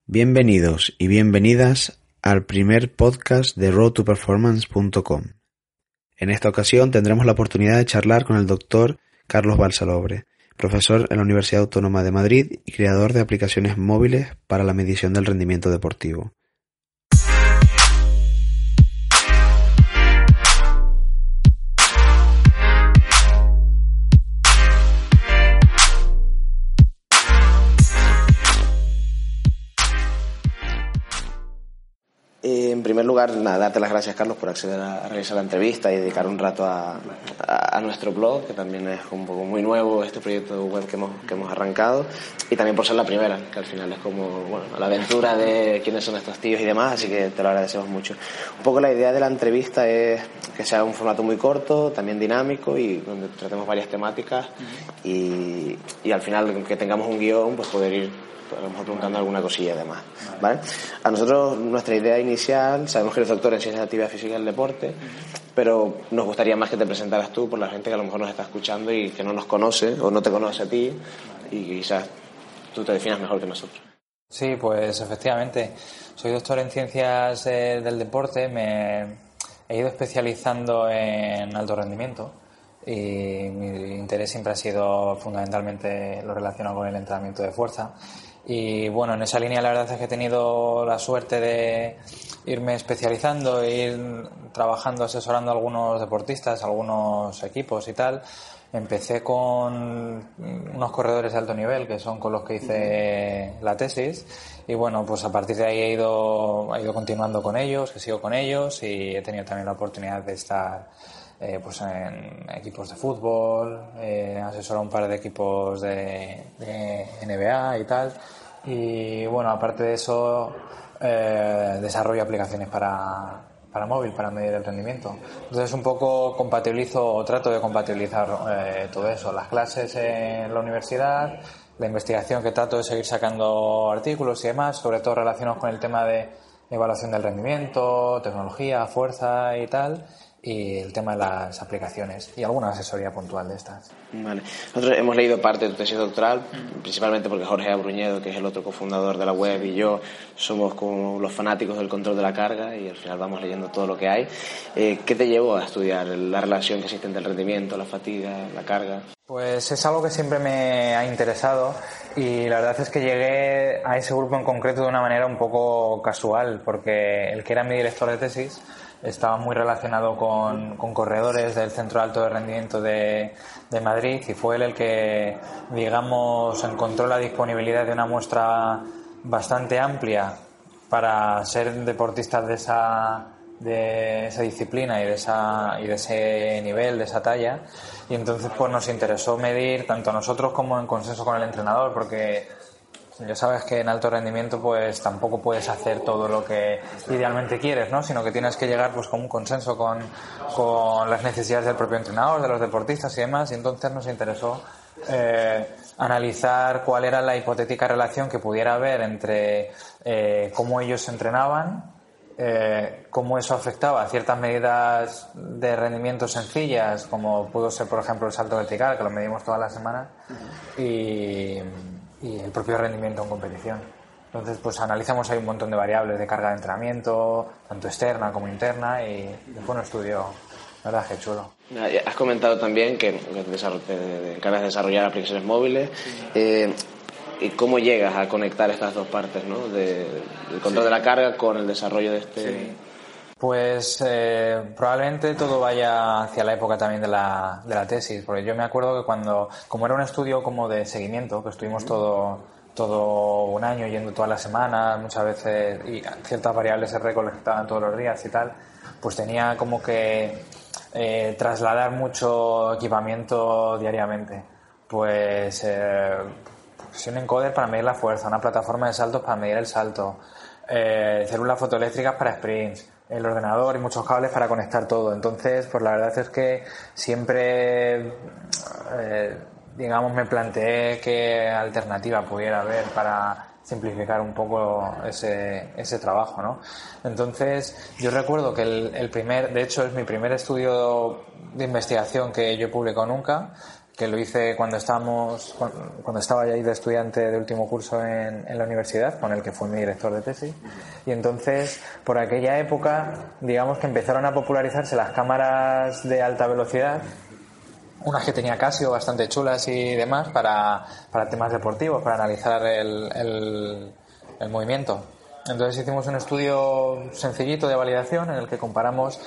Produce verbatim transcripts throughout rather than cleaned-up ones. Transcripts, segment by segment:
Bienvenidos y bienvenidas al primer podcast de road to performance punto com. En esta ocasión tendremos la oportunidad de charlar con el doctor Carlos Balsalobre, profesor en la Universidad Autónoma de Madrid y creador de aplicaciones móviles para la medición del rendimiento deportivo. En primer lugar, nada, darte las gracias, Carlos, por acceder a realizar la entrevista y dedicar un rato a, a, a nuestro blog, que también es un poco muy nuevo este proyecto web que hemos, que hemos arrancado, y también por ser la primera, que al final es como bueno, la aventura de quiénes son estos tíos y demás, así que te lo agradecemos mucho. Un poco la idea de la entrevista es que sea un formato muy corto, también dinámico, y donde tratemos varias temáticas, uh-huh. y, y al final que tengamos un guión, pues poder ir a lo mejor preguntando alguna cosilla y demás, ¿vale? A nosotros, nuestra idea inicial, sabemos que eres doctor en Ciencias de Actividad Física y del Deporte, pero nos gustaría más que te presentaras tú por la gente que a lo mejor nos está escuchando y que no nos conoce o no te conoce a ti, y quizás tú te definas mejor que nosotros. Sí, pues efectivamente, soy doctor en Ciencias eh, del Deporte, me he ido especializando en alto rendimiento y mi interés siempre ha sido fundamentalmente lo relacionado con el entrenamiento de fuerza. Y bueno, en esa línea la verdad es que he tenido la suerte de irme especializando e ir trabajando, asesorando a algunos deportistas, a algunos equipos y tal. Empecé con unos corredores de alto nivel, que son con los que hice la tesis, y bueno, pues a partir de ahí he ido, he ido continuando con ellos, que sigo con ellos, y he tenido también la oportunidad de estar eh, pues en equipos de fútbol, eh, asesoro a un par de equipos de, de N B A y tal. Y bueno, aparte de eso, eh, desarrollo aplicaciones para, para móvil, para medir el rendimiento. Entonces un poco compatibilizo o trato de compatibilizar eh, todo eso, las clases en la universidad, la investigación que trato de seguir sacando artículos y demás, sobre todo relacionados con el tema de evaluación del rendimiento, tecnología, fuerza y tal, y el tema de las aplicaciones y alguna asesoría puntual de estas. Vale. Nosotros hemos leído parte de tu tesis doctoral, principalmente porque Jorge Abruñedo, que es el otro cofundador de la web, y yo somos como los fanáticos del control de la carga y al final vamos leyendo todo lo que hay. Eh, ¿Qué te llevó a estudiar la relación que existe entre el rendimiento, la fatiga, la carga? Pues es algo que siempre me ha interesado y la verdad es que llegué a ese grupo en concreto de una manera un poco casual, porque el que era mi director de tesis estaba muy relacionado con, con corredores del Centro de Alto Rendimiento de, de Madrid, y fue él el que, digamos, encontró la disponibilidad de una muestra bastante amplia para ser deportistas de esa, de esa disciplina y de, esa, y de ese nivel, de esa talla, y entonces pues nos interesó medir tanto a nosotros como en consenso con el entrenador, porque ya sabes que en alto rendimiento pues tampoco puedes hacer todo lo que idealmente quieres, ¿no? Sino que tienes que llegar pues con un consenso con, con las necesidades del propio entrenador, de los deportistas y demás, y entonces nos interesó eh, analizar cuál era la hipotética relación que pudiera haber entre eh, cómo ellos entrenaban, eh, cómo eso afectaba a ciertas medidas de rendimiento sencillas, como pudo ser por ejemplo el salto vertical, que lo medimos todas las semanas, y y el propio rendimiento en competición. Entonces pues analizamos ahí un montón de variables de carga de entrenamiento, tanto externa como interna, y fue un estudio, la verdad, que chulo. Has comentado también que te encargas de desarrollar aplicaciones móviles. Eh, ¿Y cómo llegas a conectar estas dos partes, ¿no? De, del control sí. de la carga con el desarrollo de este... Sí. Pues eh, probablemente todo vaya hacia la época también de la, de la tesis, porque yo me acuerdo que cuando, como era un estudio como de seguimiento, que estuvimos todo, todo un año yendo todas las semanas, muchas veces, y ciertas variables se recolectaban todos los días y tal, pues tenía como que eh, trasladar mucho equipamiento diariamente. Pues eh, un encoder para medir la fuerza, una plataforma de saltos para medir el salto, eh, células fotoeléctricas para sprints, el ordenador y muchos cables para conectar todo. Entonces pues la verdad es que siempre eh, digamos me planteé qué alternativa pudiera haber para simplificar un poco ese, ese trabajo, ¿no? Entonces yo recuerdo que el, el primer, de hecho es mi primer estudio de investigación que yo he publicado nunca, que lo hice cuando estábamos cuando estaba ya ahí de estudiante de último curso en, en la universidad, con el que fue mi director de tesis. Y entonces, por aquella época, digamos que empezaron a popularizarse las cámaras de alta velocidad, unas que tenía Casio bastante chulas y demás para, para temas deportivos, para analizar el, el, el movimiento. Entonces hicimos un estudio sencillito de validación en el que comparamos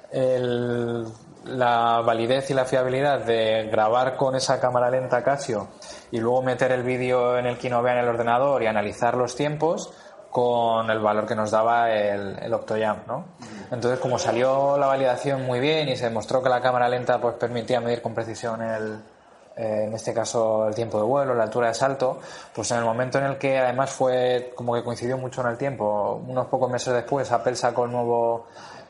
el, la validez y la fiabilidad de grabar con esa cámara lenta Casio y luego meter el vídeo en el Kinovea en el ordenador y analizar los tiempos con el valor que nos daba el, el OctoJump, ¿no? Entonces, como salió la validación muy bien y se demostró que la cámara lenta pues permitía medir con precisión el, eh, en este caso el tiempo de vuelo, la altura de salto, pues en el momento en el que además fue como que coincidió mucho en el tiempo, unos pocos meses después Apple sacó el nuevo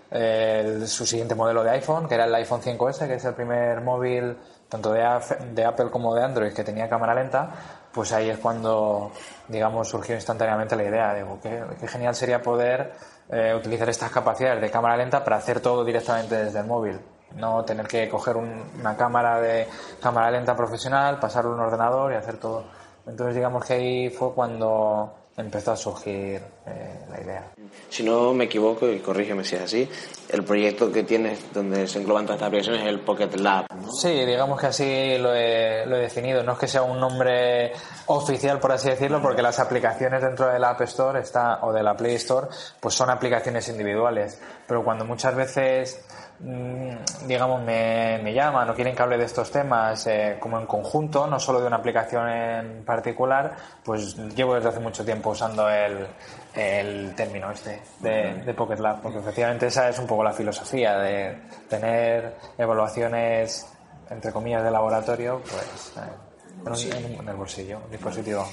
eh, su siguiente modelo de iPhone, que era el iPhone cinco ese, que es el primer móvil tanto de, de Apple como de Android que tenía cámara lenta. Pues ahí es cuando, digamos, surgió instantáneamente la idea. Digo, qué, qué genial sería poder eh, utilizar estas capacidades de cámara lenta para hacer todo directamente desde el móvil. No tener que coger un, una cámara de cámara lenta profesional, pasarlo a un ordenador y hacer todo. Entonces, digamos que ahí fue cuando empezó a surgir eh, la idea. Si no me equivoco, y corrígeme si es así, el proyecto que tienes donde se engloban todas estas aplicaciones es el Pocket Lab, ¿no? Sí, digamos que así lo he, lo he definido. No es que sea un nombre oficial, por así decirlo, porque las aplicaciones dentro de la App Store está, o de la Play Store, pues son aplicaciones individuales. Pero cuando muchas veces, digamos, me, me llaman o quieren que hable de estos temas eh, como en conjunto, no solo de una aplicación en particular, pues llevo desde hace mucho tiempo usando el, el término este de, de Pocket Lab, porque efectivamente esa es un poco la filosofía de tener evaluaciones entre comillas de laboratorio, pues eh, en, en el bolsillo, un dispositivo.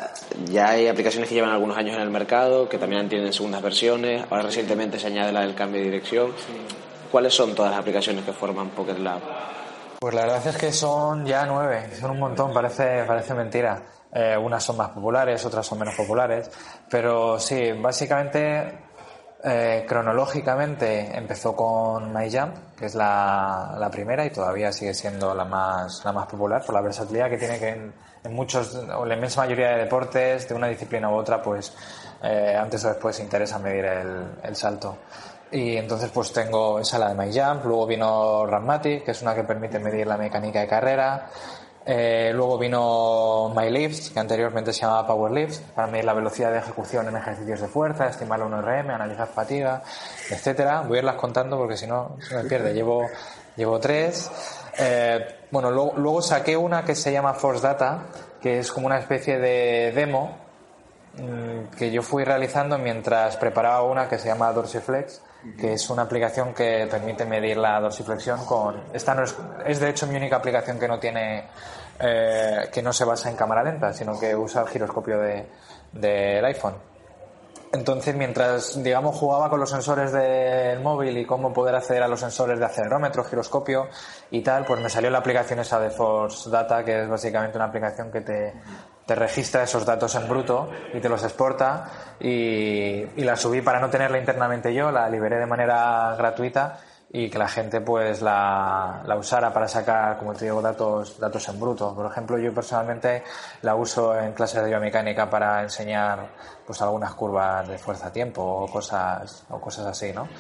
Ya hay aplicaciones que llevan algunos años en el mercado, que también tienen segundas versiones. Ahora recientemente se añade la del cambio de dirección. ¿Cuáles son todas las aplicaciones que forman Pocket Lab? Pues la verdad es que son ya nueve, son un montón, parece, parece mentira. Eh, unas son más populares, otras son menos populares, pero sí, básicamente, eh, cronológicamente empezó con MyJump, que es la, la primera y todavía sigue siendo la más, la más popular por la versatilidad que tiene, que en, en muchos, o la inmensa mayoría de deportes, de una disciplina u otra, pues eh, antes o después interesa medir el, el salto. Y entonces pues tengo esa, la de MyJump, luego vino Runmatic, que es una que permite medir la mecánica de carrera. Eh, luego vino MyLifts, que anteriormente se llamaba PowerLifts, para medir la velocidad de ejecución en ejercicios de fuerza, estimar la uno R M, analizar fatiga, etcétera. Voy a irlas contando porque si no se me pierde. Llevo, llevo tres. Eh, bueno, luego, luego saqué una que se llama Force Data, que es como una especie de demo mmm, que yo fui realizando mientras preparaba una que se llama Dorsiflex, que es una aplicación que permite medir la dorsiflexión con... Esta no es, es de hecho mi única aplicación que no tiene eh, que no se basa en cámara lenta, sino que usa el giroscopio de, del iPhone. Entonces, mientras, digamos, jugaba con los sensores del móvil y cómo poder acceder a los sensores de acelerómetro, giroscopio y tal, pues me salió la aplicación esa de Force Data, que es básicamente una aplicación que te, te registra esos datos en bruto y te los exporta, y, y la subí para no tenerla internamente yo, la liberé de manera gratuita y que la gente pues la, la usara para sacar, como te digo, datos, datos en bruto. Por ejemplo, yo personalmente la uso en clases de biomecánica para enseñar pues algunas curvas de fuerza-tiempo o cosas, o cosas así, ¿no?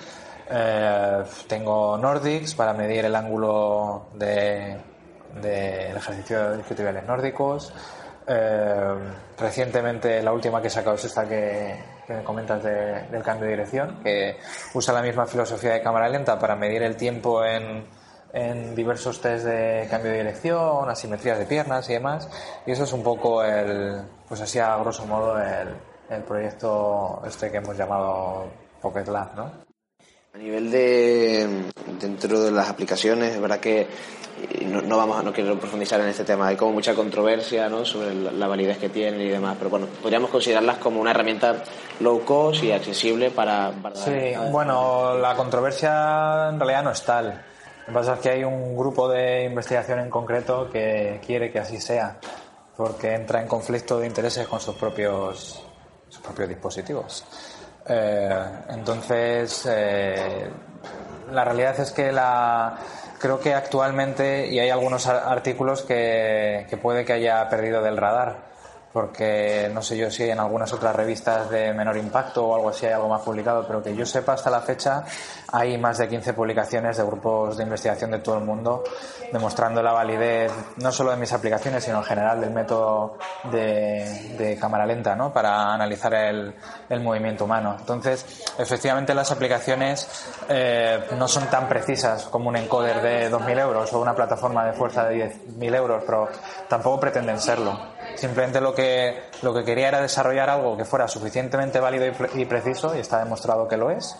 Eh, tengo Nordics para medir el ángulo de, de el ejercicio de isquiotibiales nórdicos. Eh, recientemente la última que he sacado es esta que, que me comentas de, del cambio de dirección, que usa la misma filosofía de cámara lenta para medir el tiempo en, en diversos test de cambio de dirección, asimetrías de piernas y demás, y eso es un poco el, pues así a grosso modo el, el proyecto este que hemos llamado Pocket Lab, ¿no? A nivel de dentro de las aplicaciones, es verdad que no, no vamos a, no quiero profundizar en este tema, hay como mucha controversia, ¿no?, sobre la, la validez que tienen y demás, pero bueno, podríamos considerarlas como una herramienta low cost y accesible para, para sí, bueno, la controversia en realidad no es tal. Lo que pasa es que hay un grupo de investigación en concreto que quiere que así sea, porque entra en conflicto de intereses con sus propios sus propios dispositivos. Eh, entonces, eh, la realidad es que la, creo que actualmente, y hay algunos artículos que, que puede que haya perdido del radar, porque no sé yo si en algunas otras revistas de menor impacto o algo así hay algo más publicado, pero que yo sepa hasta la fecha hay más de quince publicaciones de grupos de investigación de todo el mundo demostrando la validez no solo de mis aplicaciones sino en general del método de, de cámara lenta, ¿no?, para analizar el, el movimiento humano. Entonces, efectivamente las aplicaciones eh, no son tan precisas como un encoder de dos mil euros o una plataforma de fuerza de diez mil euros, pero tampoco pretenden serlo. Simplemente lo que, lo que quería era desarrollar algo que fuera suficientemente válido y, pre- y preciso, y está demostrado que lo es,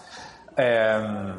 eh,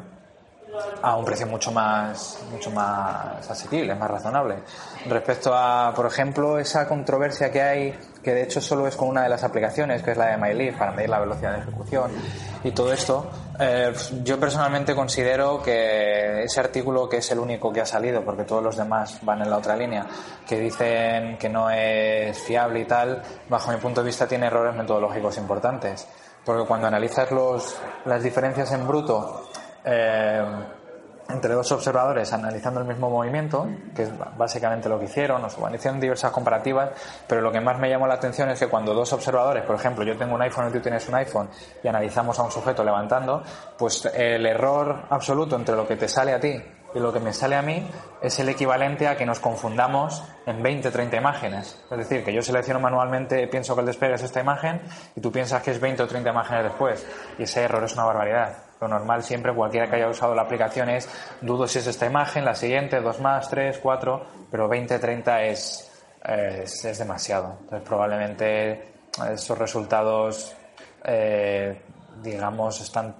a un precio mucho más, mucho más asequible, más razonable. Respecto a, por ejemplo, esa controversia que hay, que de hecho solo es con una de las aplicaciones, que es la de MyLeaf, para medir la velocidad de ejecución y todo esto, eh, yo personalmente considero que ese artículo, que es el único que ha salido, porque todos los demás van en la otra línea, que dicen que no es fiable y tal, bajo mi punto de vista tiene errores metodológicos importantes, porque cuando analizas los, las diferencias en bruto eh, entre dos observadores analizando el mismo movimiento, que es básicamente lo que hicieron, o hicieron diversas comparativas, pero lo que más me llamó la atención es que cuando dos observadores, por ejemplo, yo tengo un iPhone y tú tienes un iPhone y analizamos a un sujeto levantando, pues el error absoluto entre lo que te sale a ti y lo que me sale a mí es el equivalente a que nos confundamos en veinte o treinta imágenes. Es decir, que yo selecciono manualmente, pienso que el despegue es esta imagen y tú piensas que es veinte o treinta imágenes después, y ese error es una barbaridad. Lo normal siempre, cualquiera que haya usado la aplicación, es dudo si es esta imagen, la siguiente, dos más, tres, cuatro, pero veinte, treinta es, es, es demasiado. Entonces probablemente esos resultados eh, digamos están,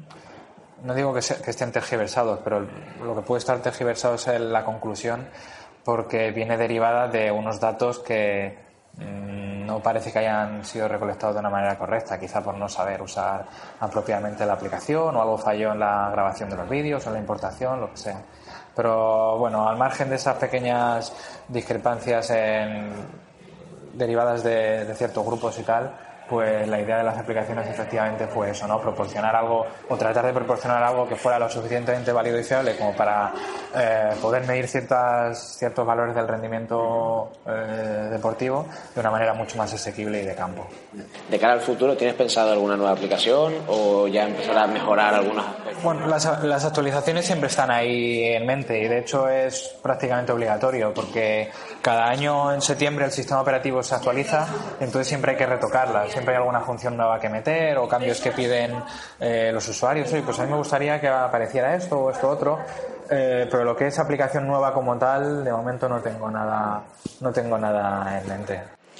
no digo que, se, que estén tergiversados, pero lo que puede estar tergiversado es la conclusión, porque viene derivada de unos datos que mmm, no parece que hayan sido recolectados de una manera correcta, quizá por no saber usar apropiadamente la aplicación, o algo falló en la grabación de los vídeos o en la importación, lo que sea. Pero bueno, al margen de esas pequeñas discrepancias en, derivadas de, de ciertos grupos y tal, pues la idea de las aplicaciones efectivamente fue eso, ¿no? Proporcionar algo, o tratar de proporcionar algo que fuera lo suficientemente válido y fiable como para eh, poder medir ciertas, ciertos valores del rendimiento eh, deportivo de una manera mucho más asequible y de campo. De cara al futuro, ¿tienes pensado alguna nueva aplicación o ya empezar a mejorar algunas aspectos? Bueno, las, las actualizaciones siempre están ahí en mente, y de hecho es prácticamente obligatorio, porque cada año en septiembre el sistema operativo se actualiza, entonces siempre hay que retocarlas. Siempre hay alguna función nueva que meter o cambios que piden eh, los usuarios. Oye, pues a mí me gustaría que apareciera esto o esto otro, eh, pero lo que es aplicación nueva como tal, de momento no tengo nada, no tengo nada en mente.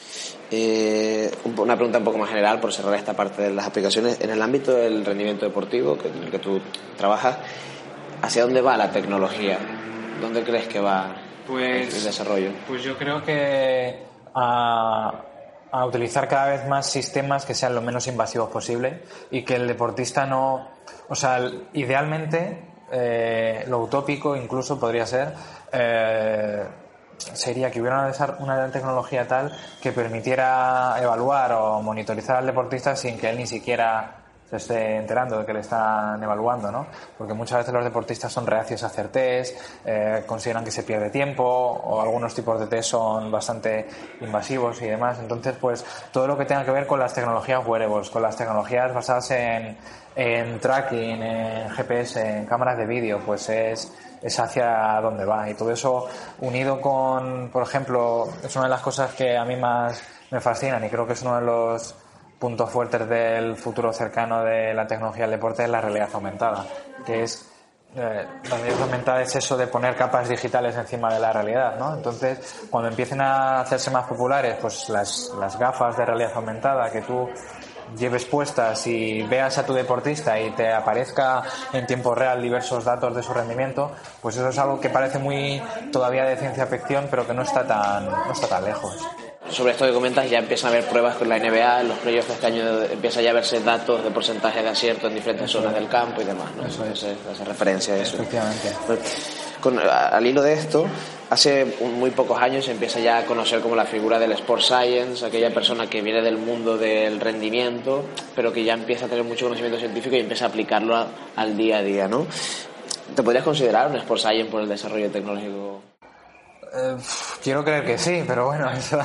Eh, una pregunta un poco más general por cerrar esta parte de las aplicaciones. En el ámbito del rendimiento deportivo, que, en el que tú trabajas, ¿hacia dónde va la tecnología? ¿Dónde crees que va pues, el desarrollo? Pues yo creo que a a utilizar cada vez más sistemas que sean lo menos invasivos posible, y que el deportista no, o sea, idealmente eh, lo utópico incluso podría ser eh, sería que hubiera una, una tecnología tal que permitiera evaluar o monitorizar al deportista sin que él ni siquiera se esté enterando de que le están evaluando, ¿no? Porque muchas veces los deportistas son reacios a hacer test, eh, consideran que se pierde tiempo, o algunos tipos de test son bastante invasivos y demás. Entonces, pues todo lo que tenga que ver con las tecnologías wearables, con las tecnologías basadas en, en tracking, en G P S, en cámaras de vídeo, pues es, es hacia dónde va. Y todo eso unido con, por ejemplo, es una de las cosas que a mí más me fascinan, y creo que es uno de los puntos fuertes del futuro cercano de la tecnología del deporte, es la realidad aumentada, que es eh, la realidad aumentada es eso de poner capas digitales encima de la realidad, ¿no? Entonces, cuando empiecen a hacerse más populares, pues las, las gafas de realidad aumentada que tú lleves puestas y veas a tu deportista y te aparezca en tiempo real diversos datos de su rendimiento, pues eso es algo que parece muy todavía de ciencia ficción, pero que no está tan, no está tan lejos. Sobre esto que comentas, ya empiezan a haber pruebas con la N B A, en los playoffs de este año empieza ya a verse datos de porcentaje de acierto en diferentes zonas del campo y demás, ¿no? Eso es, hace referencia a eso. Efectivamente. Con, al hilo de esto, hace un, muy pocos años se empieza ya a conocer como la figura del Sport Science, aquella persona que viene del mundo del rendimiento, pero que ya empieza a tener mucho conocimiento científico y empieza a aplicarlo a, al día a día, ¿no? ¿Te podrías considerar un Sport Science por el desarrollo tecnológico? Eh, quiero creer que sí, pero bueno, eso,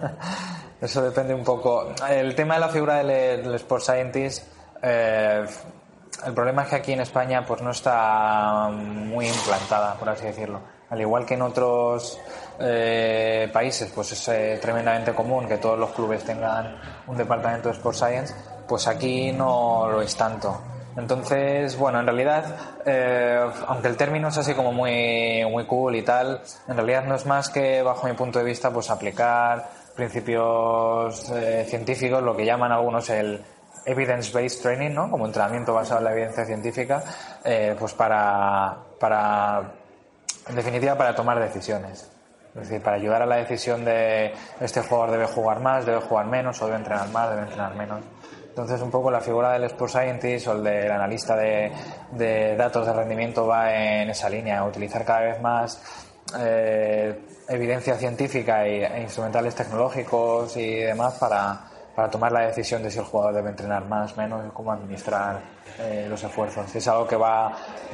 eso depende un poco. El tema de la figura del, del Sport Scientist, eh, el problema es que aquí en España pues no está muy implantada, por así decirlo. Al igual que en otros eh, países, pues es eh, tremendamente común que todos los clubes tengan un departamento de Sport Science, pues aquí no lo es tanto. Entonces, bueno, en realidad, eh, aunque el término es así como muy, muy cool y tal, en realidad no es más que, bajo mi punto de vista, pues aplicar principios eh, científicos, lo que llaman algunos el evidence-based training, ¿no? Como entrenamiento basado en la evidencia científica, eh, pues para, para, en definitiva, para tomar decisiones. Es decir, para ayudar a la decisión de este jugador debe jugar más, debe jugar menos, o debe entrenar más, debe entrenar menos. Entonces, un poco la figura del Sport Scientist o el del analista de, de datos de rendimiento va en esa línea, utilizar cada vez más eh, evidencia científica e, e instrumentales tecnológicos y demás para, para tomar la decisión de si el jugador debe entrenar más, menos, y cómo administrar eh, los esfuerzos. Es algo que va,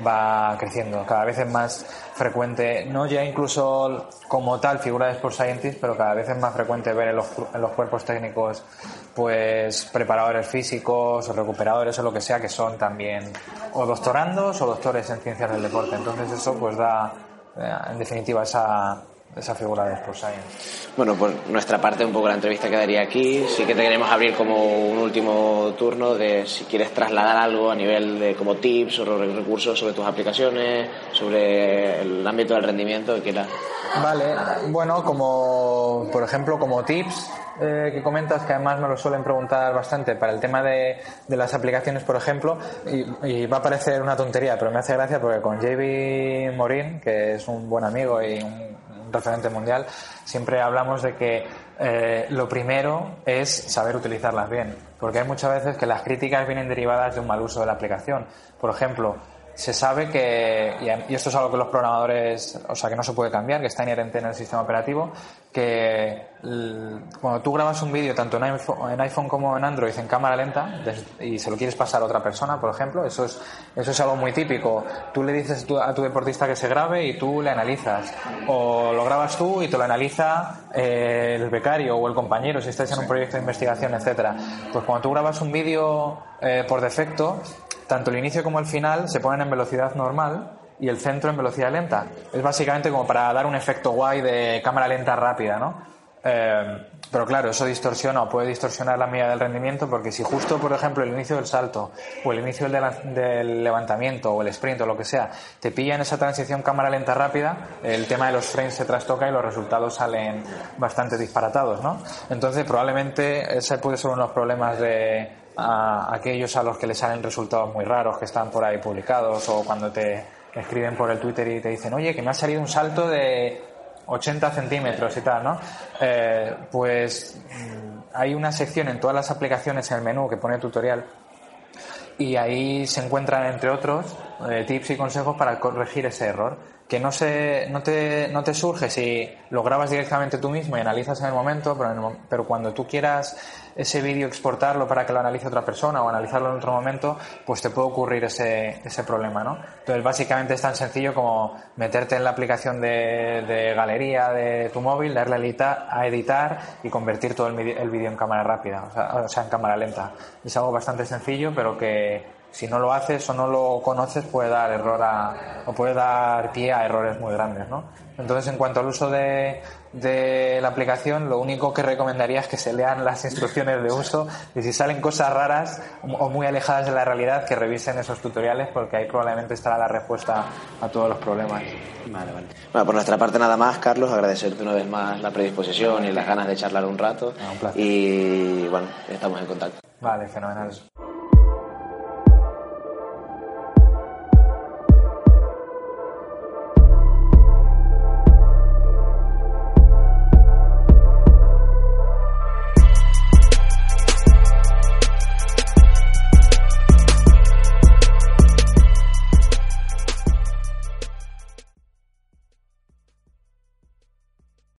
va creciendo, cada vez es más frecuente, no ya incluso como tal figura de Sport Scientist, pero cada vez es más frecuente ver en los, en los cuerpos técnicos pues preparadores físicos o recuperadores o lo que sea que son también o doctorandos o doctores en ciencias del deporte. Entonces eso pues da en definitiva esa, esa figura de Sport Science. Bueno, por nuestra parte un poco la entrevista quedaría aquí. Sí que te queremos abrir como un último turno de si quieres trasladar algo a nivel de como tips o recursos sobre tus aplicaciones, sobre el ámbito del rendimiento que quieras. Vale, bueno, como por ejemplo como tips eh, que comentas, que además me lo suelen preguntar bastante para el tema de, de las aplicaciones, por ejemplo, y, y va a parecer una tontería, pero me hace gracia porque con J B Morin, que es un buen amigo y un, un referente mundial, siempre hablamos de que eh, lo primero es saber utilizarlas bien, porque hay muchas veces que las críticas vienen derivadas de un mal uso de la aplicación. Por ejemplo, se sabe que, y esto es algo que los programadores, o sea, que no se puede cambiar, que está inherente en el sistema operativo, que cuando tú grabas un vídeo tanto en iPhone, en iPhone como en Android en cámara lenta y se lo quieres pasar a otra persona, por ejemplo, eso es, eso es algo muy típico. Tú le dices a tu deportista que se grabe y tú le analizas, o lo grabas tú y te lo analiza eh, el becario o el compañero si estás en un proyecto de investigación, etcétera. Pues cuando tú grabas un vídeo eh, por defecto, tanto el inicio como el final se ponen en velocidad normal y el centro en velocidad lenta. Es básicamente como para dar un efecto guay de cámara lenta rápida, ¿no? Eh, pero claro, eso distorsiona o puede distorsionar la medida del rendimiento, porque si justo, por ejemplo, el inicio del salto o el inicio del, del levantamiento o el sprint o lo que sea te pilla en esa transición cámara lenta rápida, el tema de los frames se trastoca y los resultados salen bastante disparatados, ¿no? Entonces probablemente ese puede ser uno de los problemas de a aquellos a los que les salen resultados muy raros que están por ahí publicados, o cuando te escriben por el Twitter y te dicen, oye, que me ha salido un salto de ochenta centímetros y tal, ¿no? Eh, pues hay una sección en todas las aplicaciones en el menú que pone tutorial, y ahí se encuentran, entre otros, eh, tips y consejos para corregir ese error, que no se, no te, no te surge si lo grabas directamente tú mismo y analizas en el momento, pero, en el, pero cuando tú quieras ese vídeo exportarlo para que lo analice otra persona o analizarlo en otro momento, pues te puede ocurrir ese, ese problema, ¿no? Entonces básicamente es tan sencillo como meterte en la aplicación de, de galería de tu móvil, darle a editar, a editar y convertir todo el, el vídeo en cámara rápida, o sea, o sea, en cámara lenta. Es algo bastante sencillo, pero que si no lo haces o no lo conoces puede dar error a, o puede dar pie a errores muy grandes, ¿no? Entonces, en cuanto al uso de, de la aplicación, lo único que recomendaría es que se lean las instrucciones de uso, y si salen cosas raras o muy alejadas de la realidad, que revisen esos tutoriales, porque ahí probablemente estará la respuesta a todos los problemas. Vale, vale. Bueno, por nuestra parte nada más, Carlos, agradecerte una vez más la predisposición y las ganas de charlar un rato. Ah, un placer. Y bueno, estamos en contacto. Vale, fenomenal.